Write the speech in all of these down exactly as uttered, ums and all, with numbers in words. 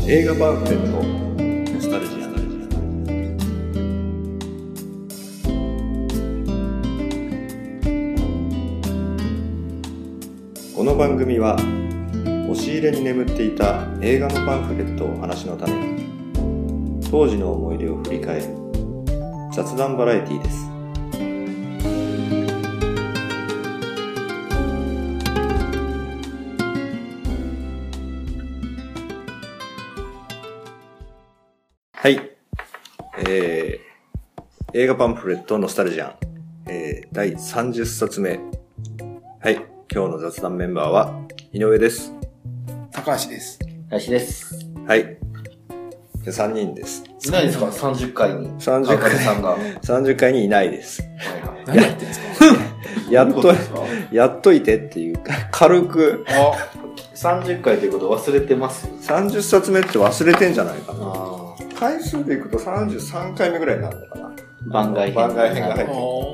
映画パンフレットノスタルジア。この番組は押し入れに眠っていた映画のパンフレットをお話のために当時の思い出を振り返る雑談バラエティです。はい、えー、映画パンフレットノスタルジアン、えー、だいさんじゅっさつめ。はい、今日の雑談メンバーは井上です。 高橋です。 林です。 はい。じゃさんにんです。 いないですか？さんじゅっかいに。 さんじゅっかいさんが。 さんじゅっかいにいないです。 はいはい。何やってんですか？ やっと、やっといてっていうか、軽く。 あ、さんじゅっかいということ忘れてます？ さんじゅっさつめって忘れてんじゃないかな。 あ回数でいくとさんじゅうさんかいめぐらいになるのかな。 番外編。 番外編が入ってる。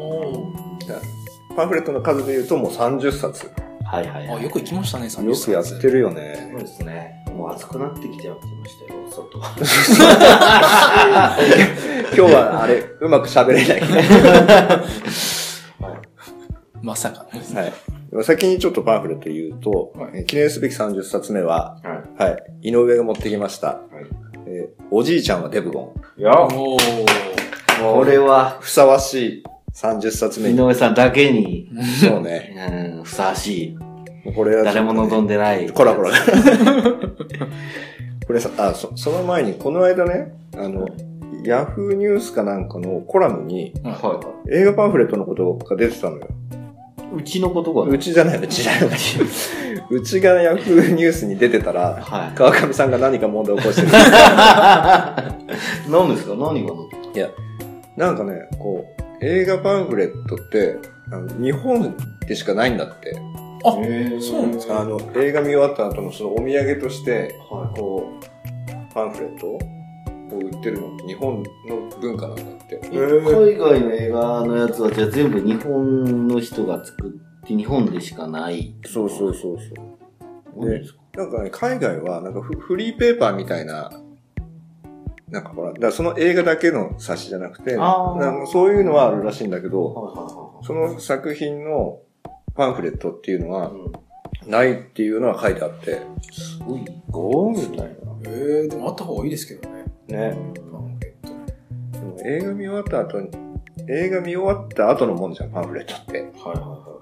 パンフレットの数で言うともうさんじゅっさつ。 はいはい、はい。 あ、よく行きましたね、さんじゅっさつ。 よくやってるよね。 そうですね。もう暑くなってきてましたよ、外は。 今日はあれ、うまく喋れない。 はい、まさか。 はい。先にちょっとパンフレット言うと、はい、記念すべきさんじゅっさつめは、はい。はい、井上が持ってきました。はい、えー、おじいちゃんはデブゴン。 いやおー。これは、 ふさわしいさんじゅっさつめに。 井上さんだけに。 そうね。 うん、ふさわしい。 これは、ね、 誰も望んでない。 こらこら。これさ、あ、そ、その前に、この間ね、あの、ヤフーニュースかなんかのコラムに、はい、映画パンフレットのことが出てたのよ。 うちのことがうちじゃない、うちじゃない。うちがヤフーニュースに出てたら、はい、川上さんが何か問題を起こしてる。 何ですか？何が？ いや、なんかね、こう、映画パンフレットって、あの日本でしかないんだって。 あ、そうなんですか？ あの、映画見終わった後のそのお土産として、はい、こう、パンフレットを売ってるのって日本の文化なんだって。 海外の映画のやつはじゃあ全部日本の人が作って日本でしかない。 そうそうそうそう。で、なんかね、海外はなんかフ、フリーペーパーみたいな、なんかほら、だからその映画だけの冊子じゃなくて、なんかそういうのはあるらしいんだけど、はいはいはい、その作品のパンフレットっていうのは、ないっていうのは書いてあって、 すごい、ゴーみたいな。 えー、でもあった方がいいですけどね。 ね。パンフレット。でも映画見終わった後に、映画見終わった後のもんじゃん、パンフレットって。はいはいはい。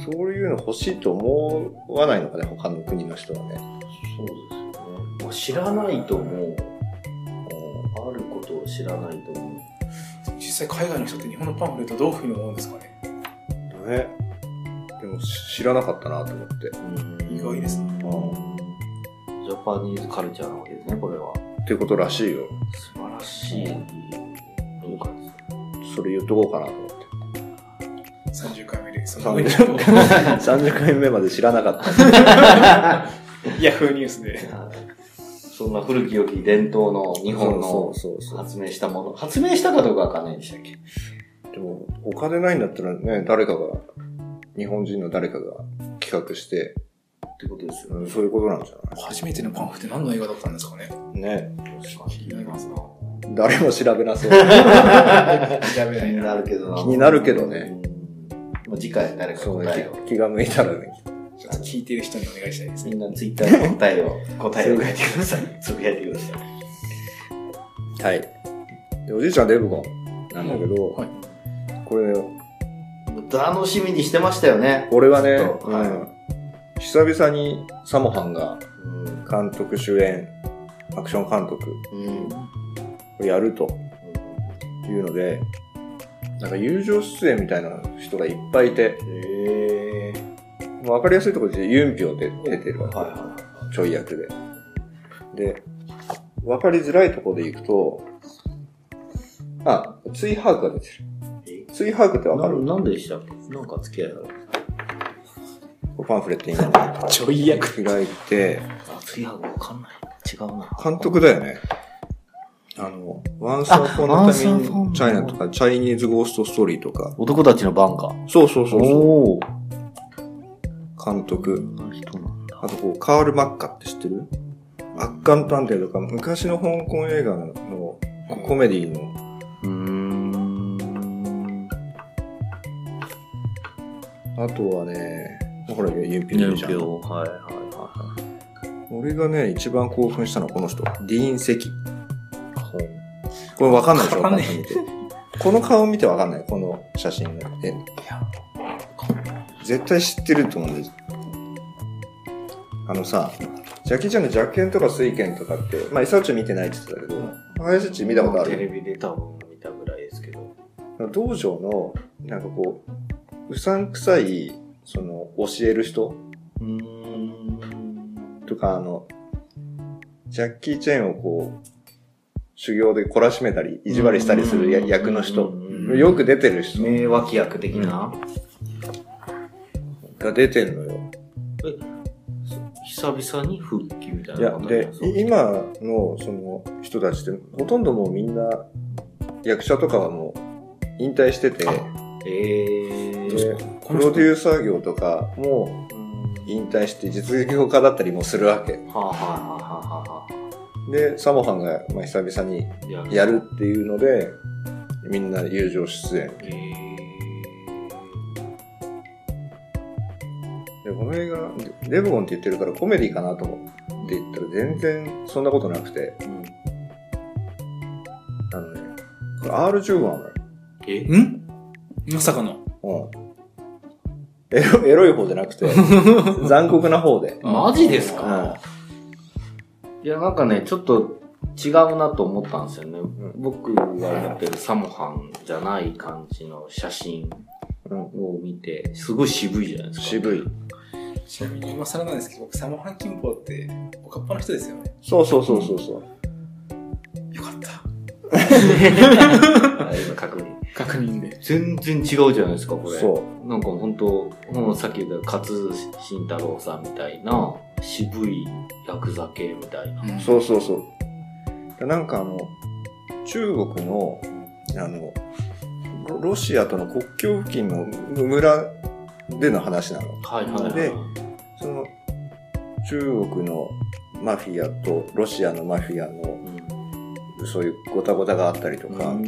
そういうの欲しいと思わないのかね、他の国の人はね。 そうですよね。まあ、知らないと思う。あることを知らないと思う。 実際海外の人って日本のパンフレットどういうふうに思うんですかね。 ね。でも知らなかったなと思って。 意外ですね。 ジャパニーズカルチャーなわけですね、これは。 っていうことらしいよ。 素晴らしい文化です。 それ言っとこうかなと思って。 さんじゅっかいめで。 さんじゅっかいめまで知らなかった。 ヤフーニュースで。 そんな古き良き伝統の日本の発明したもの。発明したかどうかわかんないんでしたっけ？ でも、お金ないんだったらね、誰かが、日本人の誰かが企画して、 ってことですよね。 そういうことなんじゃない？ 初めてのパンフって何の映画だったんですかね？ ね。 気になりますな。 誰も調べなそう。 調べない気になるけどな。 気になるけどね。 まあ、次回誰か答えを。 気が向いたらね。 ちょっと聞いてる人にお願いしたいです。 みんなツイッターの答えを、答えを書いてください。つぶやいてください。 はい。で、おじいちゃんデブゴンなんだけど、はい、これ、 楽しみにしてましたよね。 俺はね、はい、久々にサモハンが監督主演、アクション監督をやるというので、なんか友情出演みたいな人がいっぱいいて、へー、わかりやすいところでユンピョウで出てるわけ、はいはい、ちょい役で。で、わかりづらいところでいくと、あ、ツイハークが出てる。ツイハークってわかる？ な、なんでしたっけ？なんか付き合いある？ パンフレット今ね、 ちょい役開いて、 あ、ツイハークわかんない。違うな。 監督だよね。あの、ワンサーフォーのためにチャイナとか、チャイニーズゴーストストーリーとか。 男たちの番か。 そうそうそうそう。 おー。 監督。あとこう、カール・マッカって知ってる？ 圧巻探偵とか、昔の香港映画のコメディの、 うーん。 あとはね、ほら、ユンピョウじゃん。 ユンピョウ、はいはいはい。 俺がね、一番興奮したのはこの人。ディーン・セキ。これわかんないでしょ？ わかんない。 この顔見てわかんない。この写真の絵。絶対知ってると思うんです。あのさ、ジャッキーちゃんのジャッケンとか水拳とかって、まあ、イサウチ見てないって言ってたけど、林内見たことある？ テレビで多分見たぐらいですけど。 道場の、なんかこう、うさんくさい、その、教える人うーん。 とか、あの、ジャッキー・チェーンをこう、修行で懲らしめたり、意地悪したりするや役の人、よく出てる人。 名脇役的な、 が出てんのよ。 え、久々に復帰みたいいや、 なことで、今の、その、人たちって、ほとんどもうみんな、役者とかはもう、引退してて、 えー、 でプロデューサー業とかも引退して実業家だったりもするわけ。 はあ、はあはあはあはあ、 で、サモハンが、まあ、久々にやるっていうので、みんな友情出演。 えで、この映画、レブゴンって言ってるからコメディかなと思って言ったら全然そんなことなくて、 ー、うん、 あのね、これ アールじゅういち なのよ。 えんまさかの。 うん。エロ、エロい方じゃなくて、残酷な方で。 マジですか？ うん。 いや、なんかね、ちょっと違うなと思ったんですよね。うん、僕が思ってるサモハンじゃない感じの写真を見て、すごい渋いじゃないですか。 渋い。 ちなみに今更なんですけど、僕、サモハンキンポっておかっぱの人ですよね。 そうそうそうそうそう。 よかった。 今確認。 確認で。 全然違うじゃないですか、これ。そう。なんか本当、もうさっき言った勝新太郎さんみたいな、渋いヤクザ系みたいな。 うん、そうそうそう。なんかあの、中国の、あの、ロシアとの国境付近の村での話なの。 はいはいはい。 で、その、中国のマフィアとロシアのマフィアの、うん、そういうごたごたがあったりとか、うん、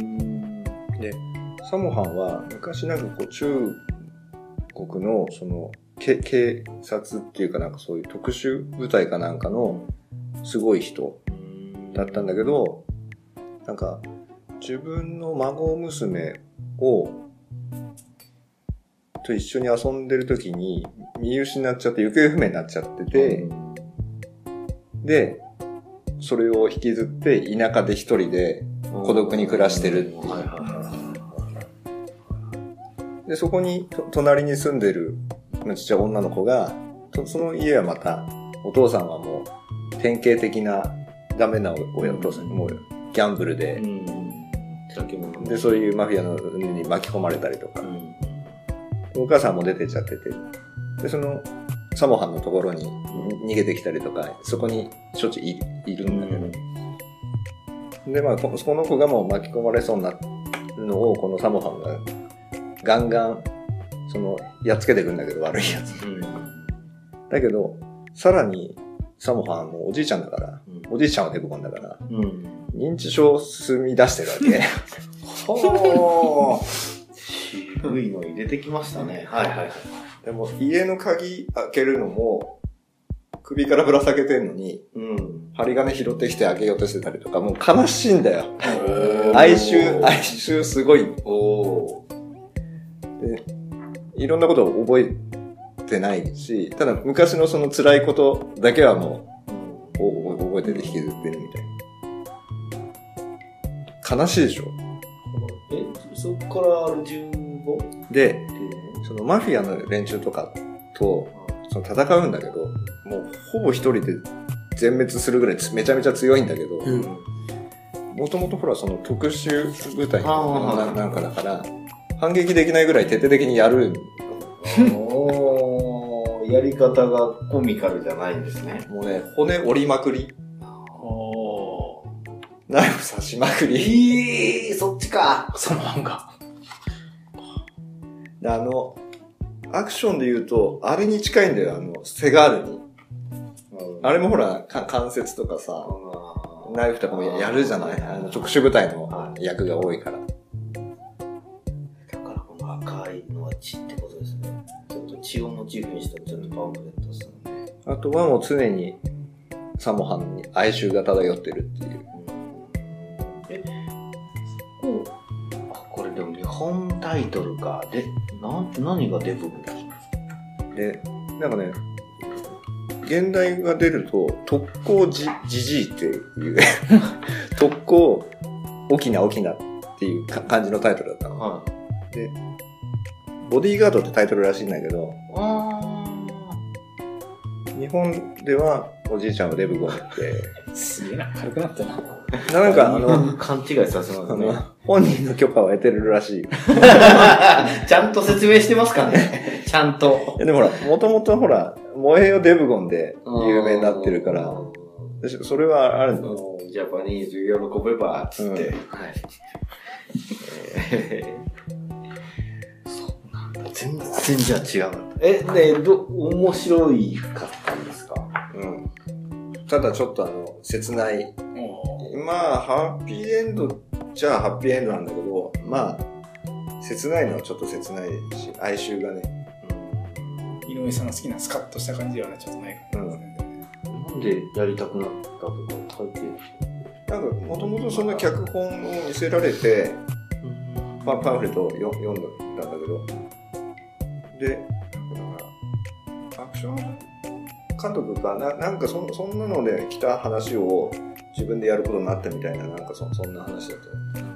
で、サモハンは昔なんかこう中国のその警察っていうかなんかそういう特殊部隊かなんかのすごい人だったんだけど、なんか自分の孫娘をと一緒に遊んでる時に見失っちゃって行方不明になっちゃってて、でそれを引きずって田舎で一人で孤独に暮らしてるっていう。で、そこに、隣に住んでるちっちゃい女の子が、その家はまた、お父さんはもう、典型的なダメな親、お父さん、もう、ギャンブルで、うん、で、そういうマフィアのに巻き込まれたりとか、うん、お母さんも出てっちゃってて、で、その、サモハンのところに逃げてきたりとか、そこにしょっちゅう い, いるんだけど、うん、で、まあ、この子がもう巻き込まれそうになるのを、このサモハンが、ガンガン、その、やっつけてくんだけど、悪いやつ。うん、だけど、さらに、サモハンもおじいちゃんだから、うん、おじいちゃんはデブコンだから、うん、認知症進み出してるわけ。 ほー。渋いの入れてきましたね。はいはいはい。 でも、家の鍵開けるのも、首からぶら下げてんのに、うん、針金拾ってきて開けようとしてたりとか、もう悲しいんだよ。哀愁、哀愁すごい。おー。で、いろんなことを覚えてないし、ただ昔のその辛いことだけはもう、うん、覚えてて引きずってるみたいな。悲しいでしょ？ え、そっから アールじゅうご？ で、そのマフィアの連中とかとその戦うんだけど、もうほぼ一人で全滅するぐらいめちゃめちゃ強いんだけど、もともとほらその特殊部隊のなんかだから、反撃できないぐらい徹底的にやる。 おー、やり方がコミカルじゃないんですね。 もうね、骨折りまくり。おー。ナイフ刺しまくり。 えー、そっちか。 その漫画。 あの、アクションで言うと、あれに近いんだよ、あの、セガールに。 あれもほら、か関節とかさ、ナイフとかもやるじゃない、あの特殊部隊の役が多いから。 だからこの赤いのは血ってことですね。ちょっと血をモチーフにしたちょっとパンフレットですよね。 あとはもう常にサモハンに哀愁が漂ってるっていう。 え、こう、あ、これでも日本タイトルが、で、な、何がデブなんですか？ で、なんかね、現代が出ると、特攻じ、じじいっていう、特攻、おきなおきなっていう感じのタイトルだったの。はい、で、ボディーガードってタイトルらしいんだけど、あ日本ではおじいちゃんはデブゴンって。 すげえな、軽くなったな。 なんかあの、 勘違いさせますね。 本人の許可を得てるらしい。 ちゃんと説明してますかねちゃんと。 でもほら、もともとほら、燃えよデブゴンで有名になってるから、それはあるの。 ジャパニーズ喜べば、つって。うん、はい。えー、そうなんだ。全然じゃあ違う。え、ねど、面白いかったんですか？ うん。ただちょっとあの、切ない。まあ、ハッピーエンドじゃあハッピーエンドなんだけど、まあ、切ないのはちょっと切ないし、哀愁がね。 井上さんの好きなスカッとした感じではね、ちょっとないかもしれないですね。 なんでやりたくなったとか書いてる？ なんか、もともとそんな脚本を見せられて、パンフレットを読んだんだけど、で、アクション監督かな、なんか そ, そんなので来た話を自分でやることになったみたいな、なんか そ, そんな話だったよ。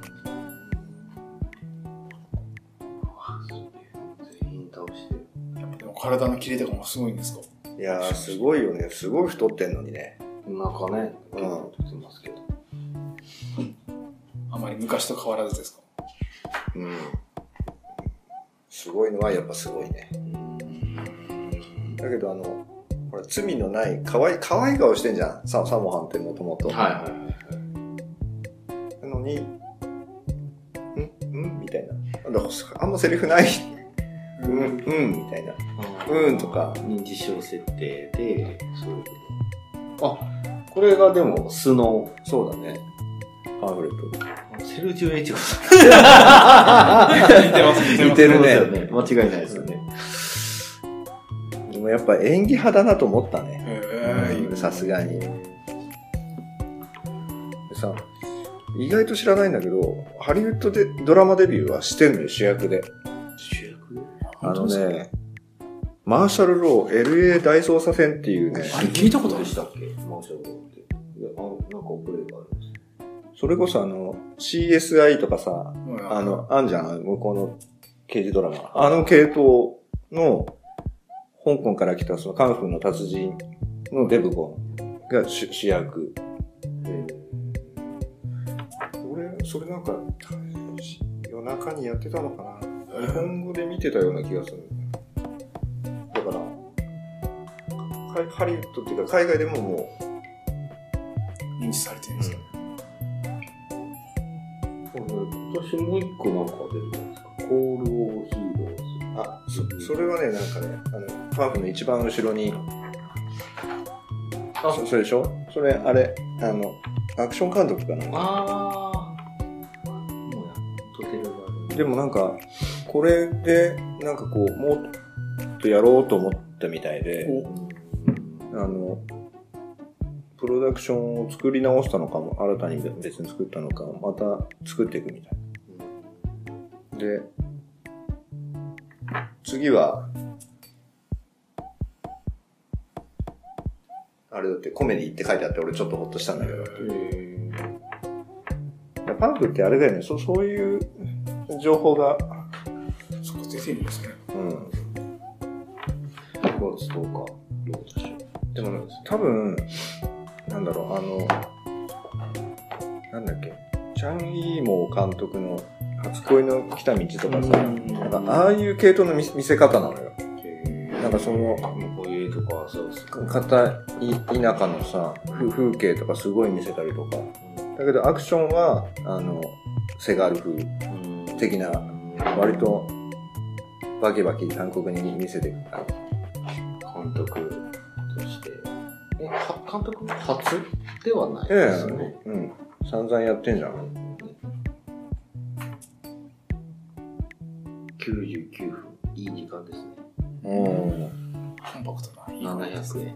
全員倒してる。 やっぱでも体のキレとかもすごいんですか？ いやー、すごいよね。すごい太ってんのにね。 なんかね、 うん、 太ってますけど。 あまり昔と変わらずですか？ うん。すごいのはやっぱすごいね。だけどあの、ほら罪のない可愛い可愛い顔してんじゃん。ササモハンってもともと。 はいはいはい。 なのに、んんみたいな。あんまセリフない。うん、うん、みたいな。うんとか。 認知症設定で、そういうこと。あ、これがでも素の。 そうだね。パンフレット。 セルジオエチゴさん。似てます、 似てるね。 間違いないですよね。 でもやっぱ演技派だなと思ったね。さすがに。さ、意外と知らないんだけど、ハリウッドでドラマデビューはしてんのよ、主役で。 主役？ あのね、マーシャル・ロー エルエー 大捜査線っていうね。 あれ聞いたことでしたっけ？マーシャル・ローって。いや、あ、なんか覚えがあるんです。 それこそあの、シーエスアイ とかさ、あの、あんじゃん、向こうの刑事ドラマ。あの系統の、香港から来たそのカンフーの達人のデブゴンが主、主役。俺、それなんか、夜中にやってたのかな。日本語で見てたような気がする。だから、ハリウッドっていうか海外でももう、認知されてるんですか？ 今年もう一個なんか出るんですか？コール・オー・ヒーローズ。 あ、そ、それはね、なんかね、あの、パンフの一番後ろに、あ、そ、それでしょ？それ、あれ、あの、アクション監督かな。 ああ。もうやっと出るがでもなんか、これで、なんかこう、もっとやろうと思ったみたいで、あの、プロダクションを作り直したのかも、新たに別に作ったのか、また作っていくみたいな。で、次は、あれだってコメディって書いてあって俺ちょっとホッとしたんだけど。パンフってあれだよね、そ、そういう情報が。 そこ出てるんですね。 うん。 ごがつとおか、どうでしょう。 でも、多分、なんだろう、あの、なんだっけ、チャン・イーモー監督の初恋の来た道とかさ、なんかああいう系統の見せ方なのよ。なんかその、 こういうとか、そうですか。 片田舎のさ、風景とかすごい見せたりとか。だけどアクションは、あの、セガール風的な、割とバキバキ韓国に見せていく。 監督として。え、 監督初ではないですよね。 ええ、うん。散々やってんじゃん。 きゅうじゅうきゅうふん。いい時間ですね。 うん。 コンパクトな。 ななひゃくえん。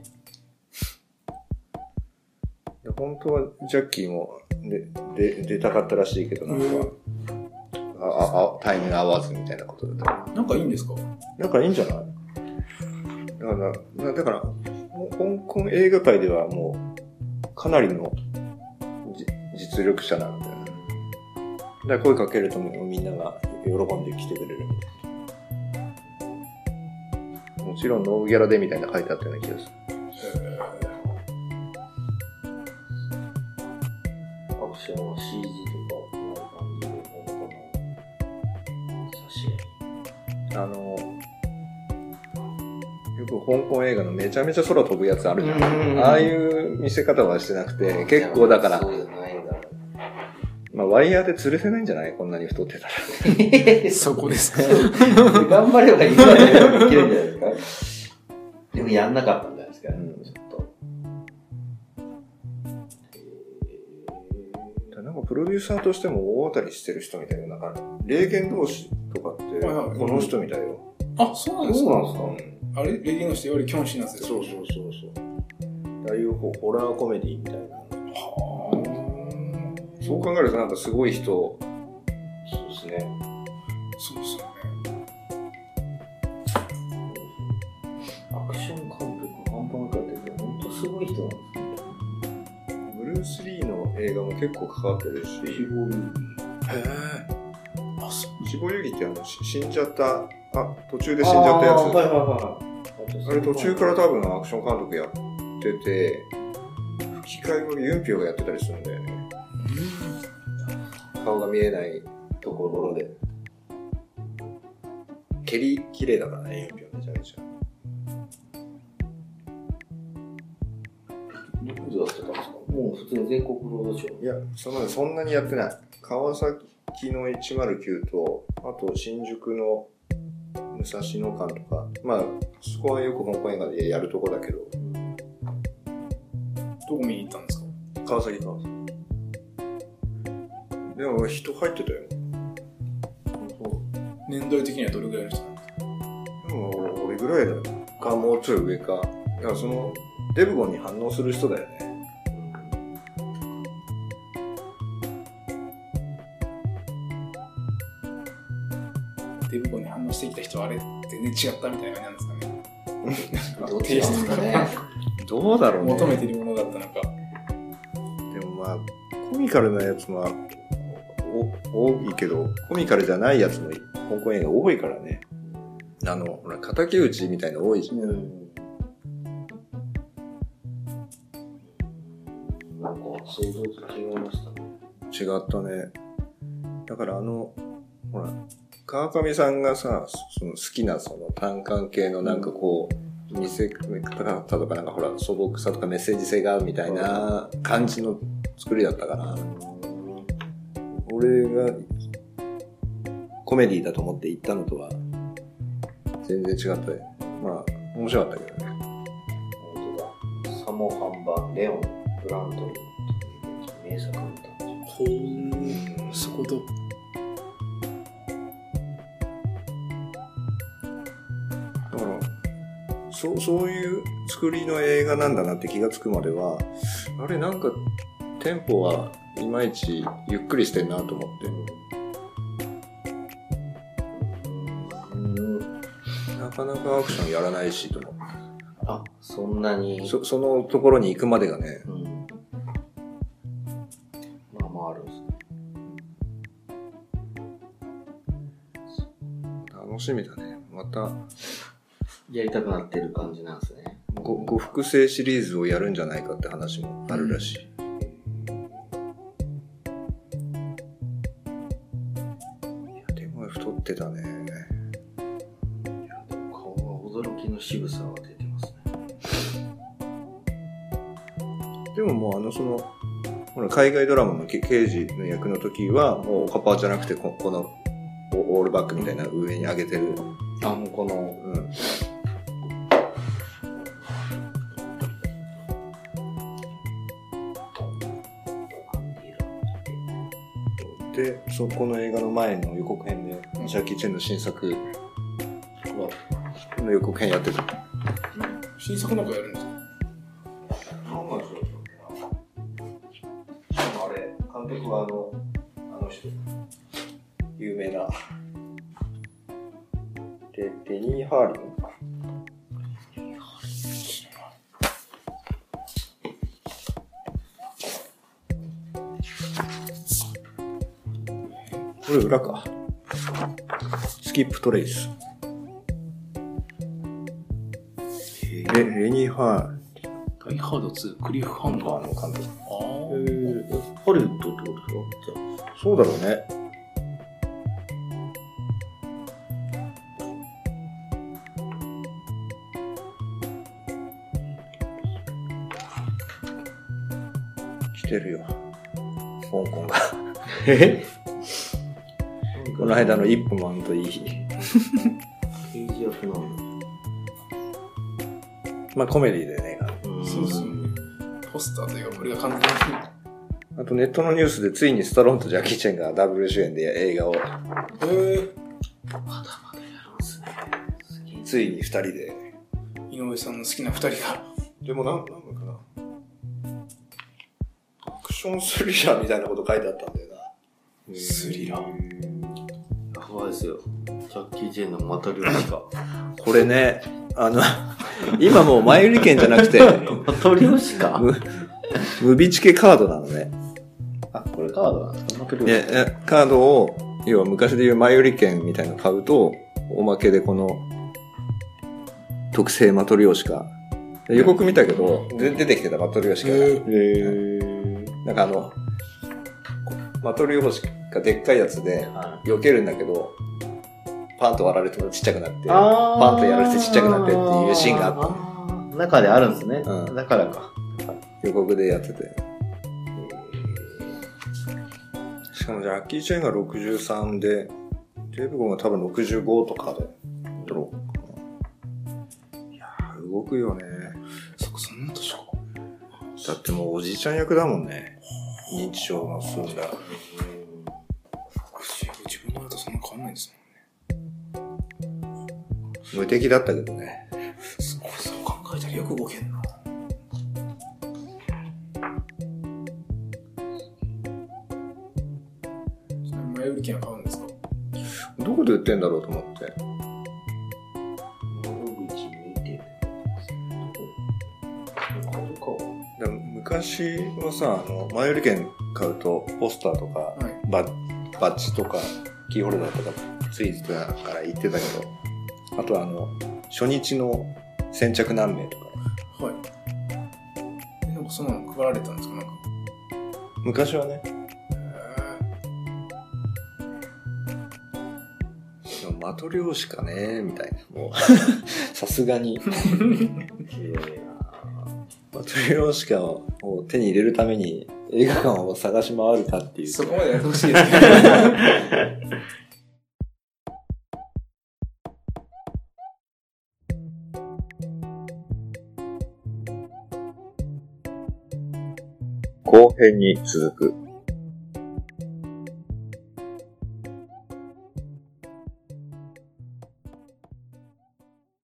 本当はジャッキーもでで出たかったらしいけど、なんか、ああタイミング合わずみたいなことだった。 なんかいいんですか？ なんかいいんじゃない？だから、だから香港映画界ではもうかなりの実力者なんだよね。だから声かけるとみんなが喜んで来てくれるみたいな。もちろんノーギャラでみたいな書いてあったような気がする。 アクションは シージー とかない感じで本当の差し合い。 あのよく香港映画のめちゃめちゃ空飛ぶやつあるじゃん。うん、ああいう見せ方はしてなくて、結構だから、 そうじゃないんだ。 まあ、ワイヤーで吊るせないんじゃない？こんなに太ってたら。 そこですね。 頑張ればいいぐらいでいけるんじゃないですか。でもやんなかったんじゃないですか、うん、ちょっと。なんかプロデューサーとしても大当たりしてる人みたいな、なんか、霊言同士とかって、この人みたいよ。 あ、そうなんですか？ そうなんですか？ あれ霊言の人よりキョンシーなんですよ。 そうそうそうそう。ああいうホラーコメディみたいな。はあ。そう考えるとなんかすごい人、そうですね。 そうですよね。 アクション監督半端なくやってて、ほんとすごい人なんですね。 ブルース・リーの映画も結構関わってるし。死亡遊戯。へぇ。あ、そう。死亡遊戯ってあの、死んじゃった、あ、途中で死んじゃったやつ。 あ、はいはいはい。 あれ途中から多分アクション監督やってて、吹き替えをユンピョウがやってたりするんだよね。顔が見えないところで。蹴り綺麗だからね、ユンピョウめちゃめちゃ。 どこでやってたんですか？もう普通に全国ロードショー。 いや、そのそんなにやってない。川崎のいちまるきゅうと、あと新宿の武蔵野館とか、まあ、そこはよく香港映画でやるとこだけど。 どこ見に行ったんですか？ 川崎か。でも人入ってたよ。 年代的にはどれぐらいの人なんですか？ でも俺ぐらいだよ。か、もうちょい上か。いや、その、デブゴンに反応する人だよね。 デブゴンに反応してきた人はあれ全然違ったみたいな感じなんですかね。 どうテイストかね。 どうだろうね。 求めてるものだったのか。 でもまあ、コミカルなやつも多いけど、コミカルじゃないやつも香港映画多いからね。あの、ほら、敵討ちみたいなの多いじゃん。うん、 なんか、想像と違いましたね。 違ったね。だからあの、ほら、川上さんがさ、その好きなその単管系のなんかこう、見せ方とかなんかほら、素朴さとかメッセージ性があるみたいな感じの作りだったから、俺がコメディだと思って行ったのとは全然違ったよ。まあ、面白かったけどね。 本当だ。サモハン版レオン・ブラントリーという名作だったんですよ。 ほー、そこと。 だから、そう、そういう作りの映画なんだなって気がつくまでは、あれなんかテンポはいまいちゆっくりしてんなと思って。うん、なかなかアクションやらないしと思って。 あ、そんなに。 そ、そのところに行くまでがね。うん、 まあまああるんですね。 楽しみだね。また。 やりたくなってる感じなんですね。 ご、ご複製シリーズをやるんじゃないかって話もあるらしい。うん、いや、でも太ってたね。いや、でも顔は驚きの渋さは出てますね。 でももうあの、その、ほら、海外ドラマの刑事の役の時は、もうおかっぱじゃなくてこ、この、オールバックみたいな上に上げてる。 あ、もうこの、うん。 で、そこの映画の前の予告編で、うん、ジャッキー・チェンの新作の予告編やってた。 新作なんかやるんですか？ なんなんでしょう。あれ、監督はあの、あの人、有名な、レ、レニー・ハーリンこれ裏か。スキップトレイス。レ、レニー・ハーダイハードツー、クリフハンガーの監督。 ああ。へえ。ハリウッドってことですか？ じゃあ。そうだろうね。来てるよ。香港が。えこの間のイップマンといい。 刑事役なんだ。 まあコメディでね。 そうそう。ポスターというか、これが完全に。 あとネットのニュースでついにスタローンとジャッキー・チェンがダブル主演で映画を。へぇまだまだやるんですね。 ついに二人で。 井上さんの好きな二人が。でもなん、なんかな。 アクションスリラーみたいなこと書いてあったんだよな。 スリラー。 やばいですよ。ジャッキー・チェンのマトリョーシカ。 これね、あの、今もう前売り券じゃなくて、 マトリョーシカム、ムビチケカードなのね。 あ、これカードなんですか？マトリョーシカ。 いや、カードを、要は昔でいう前売り券みたいなの買うと、おまけでこの、特製マトリョーシカ。予告見たけど、で出てきてたマトリョーシカが。へー。なんかあの、マトリョーシカでっかいやつで、避けるんだけど、パンと割られてもちっちゃくなって、パンとやられてちっちゃくなってっていうシーンがあった。 中であるんですね。 うん。 だからか。 予告でやってて。しかもジャッキー・チェンがろくじゅうさんで、デブゴンが多分ろくじゅうごとかで、ドロー。いやー、動くよね。 そっか、そんな年か。 だってもうおじいちゃん役だもんね。認知症が済んだ。 自分の後そんな変わんないんですもんね。 無敵だったけどね。 すごい、そう考えたらよく動けんな。ちなみに前売り券は買うんですか？ どこで売ってんだろうと思って。 窓口見て。 でも昔はさ、あの、前売り券買うと、ポスターとか、はい、バッ、バッジとか、キーホルダーとか、スイーツとかから言ってたけど、あとあの、初日の先着何名とか。 はい。え、なんかそんなの配られたんですか？なんか。 昔はね。でもマトリョーシカね、みたいな。もう、さすがに。マトリョーシカを手に入れるために映画館を探し回るかっていう。 そこまでやってほしいですね。 後編に続く。